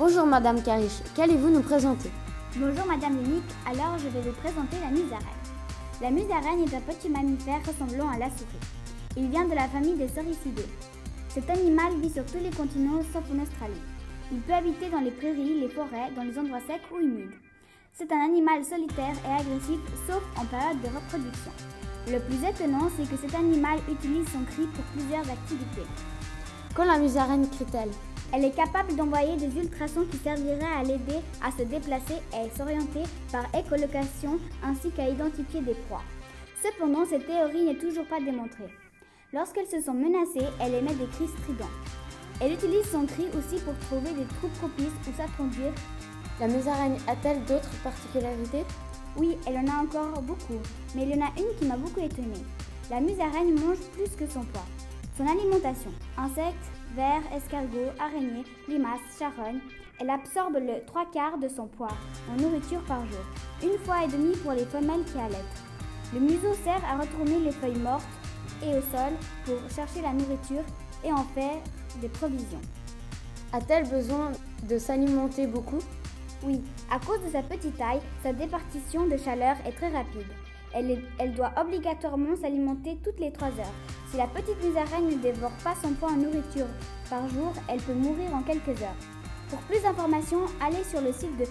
Bonjour Madame Cariche, qu'allez-vous nous présenter? Bonjour Madame Lénique, alors je vais vous présenter la musaraigne. La musaraigne est un petit mammifère ressemblant à la souris. Il vient de la famille des Sauricidés. Cet animal vit sur tous les continents sauf en Australie. Il peut habiter dans les prairies, les forêts, dans les endroits secs ou humides. C'est un animal solitaire et agressif sauf en période de reproduction. Le plus étonnant, c'est que cet animal utilise son cri pour plusieurs activités. Quand la musaraigne crie-t-elle? Elle est capable d'envoyer des ultrasons qui serviraient à l'aider à se déplacer et s'orienter par écholocation ainsi qu'à identifier des proies. Cependant, cette théorie n'est toujours pas démontrée. Lorsqu'elles se sent menacées, elle émet des cris stridents. Elle utilise son cri aussi pour trouver des trous propices où s'introduire. La musaraigne a-t-elle d'autres particularités? Oui, elle en a encore beaucoup, mais il y en a une qui m'a beaucoup étonnée. La musaraigne mange plus que son poids. Son alimentation, insectes, vers, escargots, araignées, limaces, charognes, elle absorbe le 3/4 de son poids en nourriture par jour, 1,5 fois pour les femelles qui allaitent. Le museau sert à retourner les feuilles mortes et au sol pour chercher la nourriture et en faire des provisions. A-t-elle besoin de s'alimenter beaucoup? Oui, à cause de sa petite taille, sa départition de chaleur est très rapide. Elle doit obligatoirement s'alimenter toutes les 3 heures. Si la petite musaraigne ne dévore pas son poids en nourriture par jour, elle peut mourir en quelques heures. Pour plus d'informations, allez sur le site de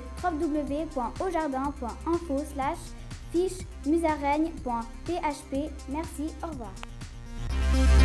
www.aujardin.info/fiche musaraigne.php. Merci, au revoir.